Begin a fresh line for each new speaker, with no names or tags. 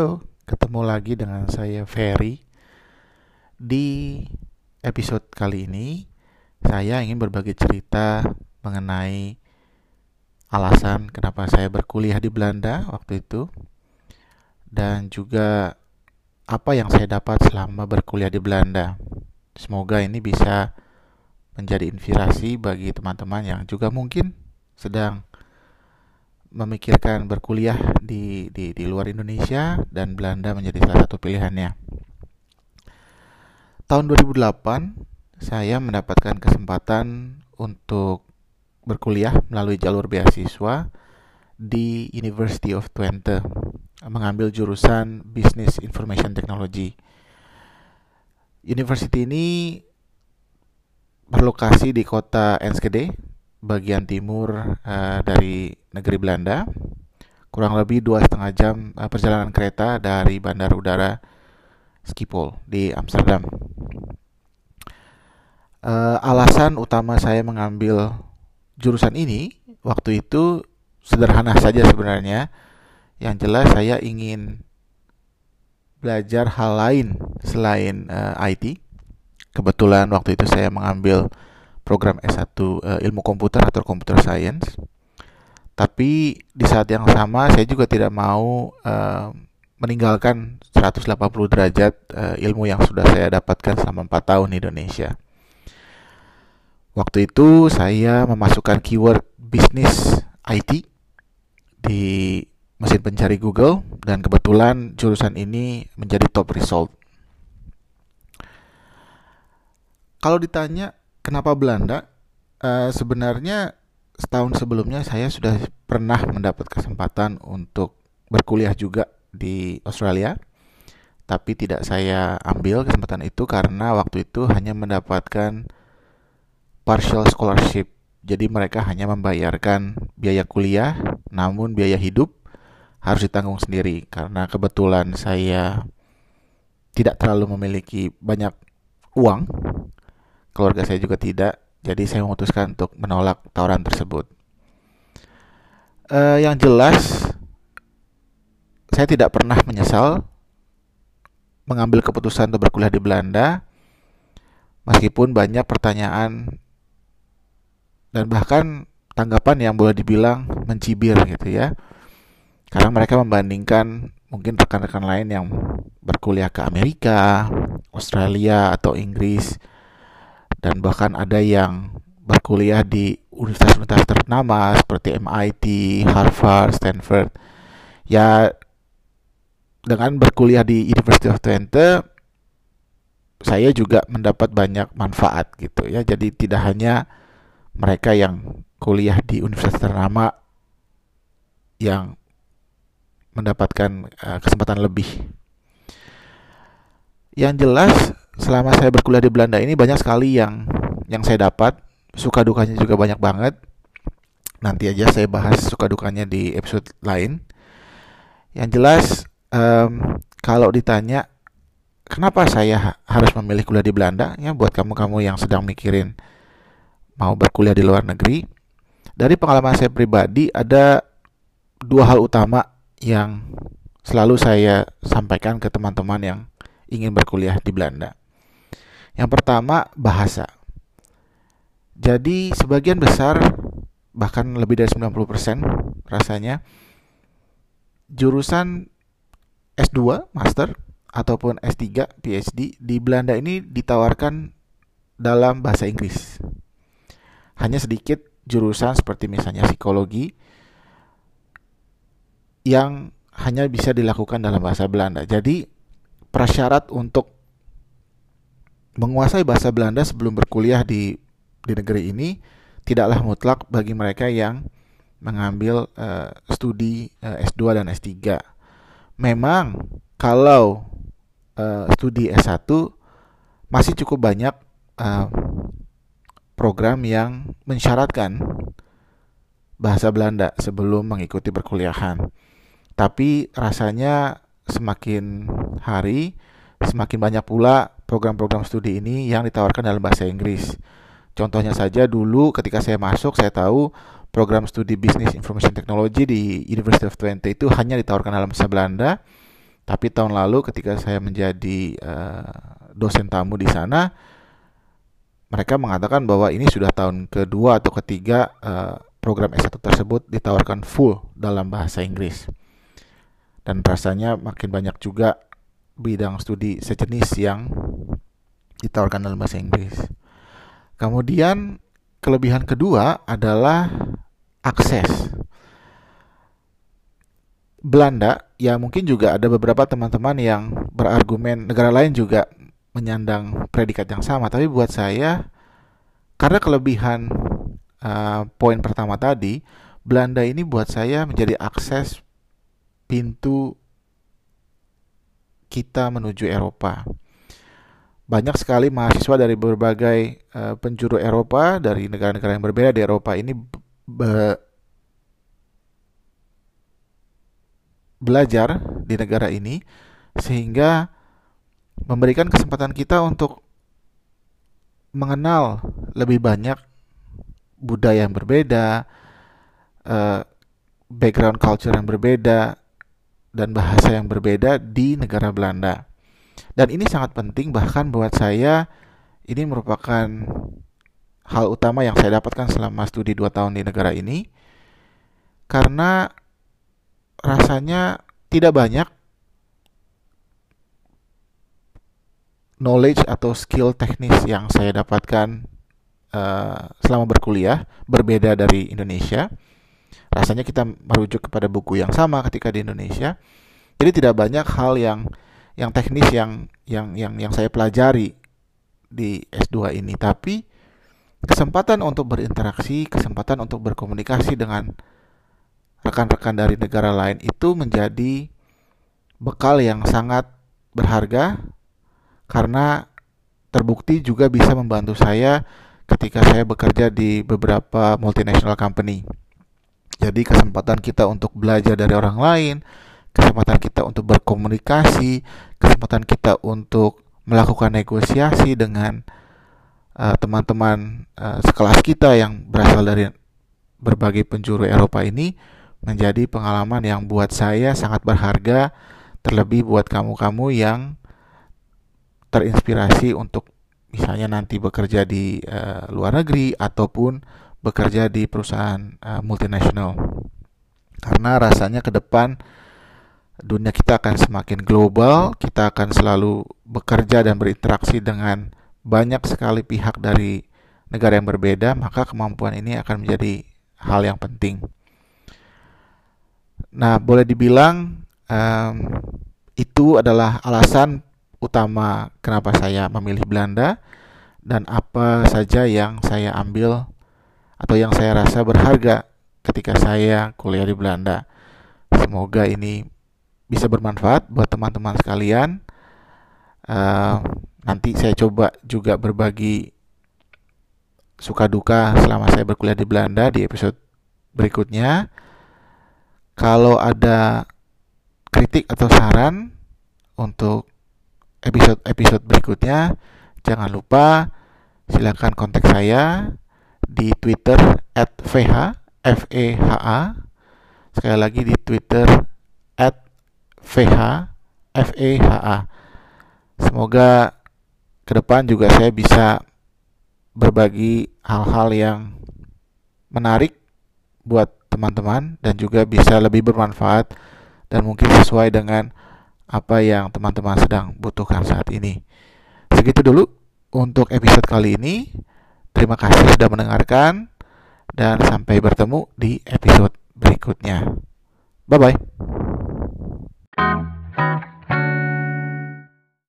Halo, ketemu lagi dengan saya Ferry. Di episode kali ini, saya ingin berbagi cerita mengenai alasan kenapa saya berkuliah di Belanda waktu itu, dan juga apa yang saya dapat selama berkuliah di Belanda. Semoga ini bisa menjadi inspirasi bagi teman-teman yang juga mungkin sedang memikirkan berkuliah di luar Indonesia dan Belanda menjadi salah satu pilihannya. Tahun 2008, saya mendapatkan kesempatan untuk berkuliah melalui jalur beasiswa di University of Twente, mengambil jurusan Business Information Technology. University ini berlokasi di kota Enschede, bagian timur dari negeri Belanda, kurang lebih 2,5 jam perjalanan kereta dari bandara udara Schiphol di Amsterdam. Alasan utama saya mengambil jurusan ini waktu itu sederhana saja sebenarnya. Yang jelas saya ingin belajar hal lain selain IT. Kebetulan waktu itu saya mengambil program S1 ilmu komputer atau computer science. Tapi di saat yang sama saya juga tidak mau meninggalkan 180 derajat ilmu yang sudah saya dapatkan selama 4 tahun di Indonesia. Waktu itu saya memasukkan keyword bisnis IT di mesin pencari Google, dan kebetulan jurusan ini menjadi top result. Kalau ditanya kenapa Belanda, sebenarnya setahun sebelumnya saya sudah pernah mendapat kesempatan untuk berkuliah juga di Australia, tapi tidak saya ambil kesempatan itu karena waktu itu hanya mendapatkan partial scholarship. Jadi mereka hanya membayarkan biaya kuliah, namun biaya hidup harus ditanggung sendiri. Karena kebetulan saya tidak terlalu memiliki banyak uang, keluarga saya juga tidak, jadi saya memutuskan untuk menolak tawaran tersebut. Yang jelas, saya tidak pernah menyesal mengambil keputusan untuk berkuliah di Belanda, meskipun banyak pertanyaan dan bahkan tanggapan yang boleh dibilang mencibir gitu ya. Karena mereka membandingkan mungkin rekan-rekan lain yang berkuliah ke Amerika, Australia, atau Inggris, dan bahkan ada yang berkuliah di universitas-universitas ternama seperti MIT, Harvard, Stanford. Ya, dengan berkuliah di University of Twente, saya juga mendapat banyak manfaat gitu ya. Jadi tidak hanya mereka yang kuliah di universitas ternama yang mendapatkan kesempatan lebih. Yang jelas, selama saya berkuliah di Belanda ini banyak sekali yang saya dapat. Suka dukanya juga banyak banget. Nanti aja saya bahas suka dukanya di episode lain. Yang jelas, kalau ditanya kenapa saya harus memilih kuliah di Belanda, ya buat kamu-kamu yang sedang mikirin mau berkuliah di luar negeri, dari pengalaman saya pribadi ada 2 hal utama yang selalu saya sampaikan ke teman-teman yang ingin berkuliah di Belanda. Yang pertama, bahasa. Jadi sebagian besar, bahkan lebih dari 90% rasanya, jurusan S2, Master, ataupun S3, PhD di Belanda ini ditawarkan dalam bahasa Inggris. Hanya sedikit jurusan seperti misalnya psikologi yang hanya bisa dilakukan dalam bahasa Belanda. Jadi prasyarat untuk menguasai bahasa Belanda sebelum berkuliah di negeri ini tidaklah mutlak bagi mereka yang mengambil studi S2 dan S3. Memang kalau studi S1 masih cukup banyak program yang mensyaratkan bahasa Belanda sebelum mengikuti perkuliahan. Tapi rasanya semakin hari semakin banyak pula program-program studi ini yang ditawarkan dalam bahasa Inggris. Contohnya saja dulu ketika saya masuk, saya tahu program studi Business Information Technology di University of Twente itu hanya ditawarkan dalam bahasa Belanda, Tapi tahun lalu ketika saya menjadi dosen tamu di sana, mereka mengatakan bahwa ini sudah tahun kedua atau ketiga program S1 tersebut ditawarkan full dalam bahasa Inggris. Dan rasanya makin banyak juga bidang studi sejenis yang ditawarkan dalam bahasa Inggris. Kemudian kelebihan kedua adalah akses. Belanda, ya mungkin juga ada beberapa teman-teman yang berargumen negara lain juga menyandang predikat yang sama, tapi buat saya, karena kelebihan poin pertama tadi, Belanda ini buat saya menjadi akses pintu kita menuju Eropa. Banyak sekali mahasiswa dari berbagai penjuru Eropa, dari negara-negara yang berbeda di Eropa ini belajar di negara ini, sehingga memberikan kesempatan kita untuk mengenal lebih banyak budaya yang berbeda, background culture yang berbeda, dan bahasa yang berbeda di negara Belanda. Dan ini sangat penting, bahkan buat saya ini merupakan hal utama yang saya dapatkan selama studi 2 tahun di negara ini, karena rasanya tidak banyak knowledge atau skill teknis yang saya dapatkan selama berkuliah, berbeda dari Indonesia. Rasanya kita merujuk kepada buku yang sama ketika di Indonesia. Jadi tidak banyak hal yang teknis yang saya pelajari di S2 ini, tapi kesempatan untuk berinteraksi, kesempatan untuk berkomunikasi dengan rekan-rekan dari negara lain itu menjadi bekal yang sangat berharga, karena terbukti juga bisa membantu saya ketika saya bekerja di beberapa multinational company. Jadi kesempatan kita untuk belajar dari orang lain, kesempatan kita untuk berkomunikasi, kesempatan kita untuk melakukan negosiasi dengan teman-teman sekelas kita yang berasal dari berbagai penjuru Eropa ini menjadi pengalaman yang buat saya sangat berharga, terlebih buat kamu-kamu yang terinspirasi untuk misalnya nanti bekerja di luar negeri ataupun bekerja di perusahaan multinasional. Karena rasanya ke depan dunia kita akan semakin global, kita akan selalu bekerja dan berinteraksi dengan banyak sekali pihak dari negara yang berbeda, maka kemampuan ini akan menjadi hal yang penting. Nah, boleh dibilang itu adalah alasan utama kenapa saya memilih Belanda dan apa saja yang saya ambil atau yang saya rasa berharga ketika saya kuliah di Belanda. Semoga ini bisa bermanfaat buat teman-teman sekalian. Nanti saya coba juga berbagi suka duka selama saya berkuliah di Belanda di episode berikutnya. Kalau ada kritik atau saran untuk episode berikutnya, jangan lupa silakan kontak saya di Twitter @vha. Sekali lagi di Twitter @vha. Semoga ke depan juga saya bisa berbagi hal-hal yang menarik buat teman-teman dan juga bisa lebih bermanfaat dan mungkin sesuai dengan apa yang teman-teman sedang butuhkan saat ini. Segitu dulu untuk episode kali ini. Terima kasih sudah mendengarkan dan sampai bertemu di episode berikutnya. Bye-bye.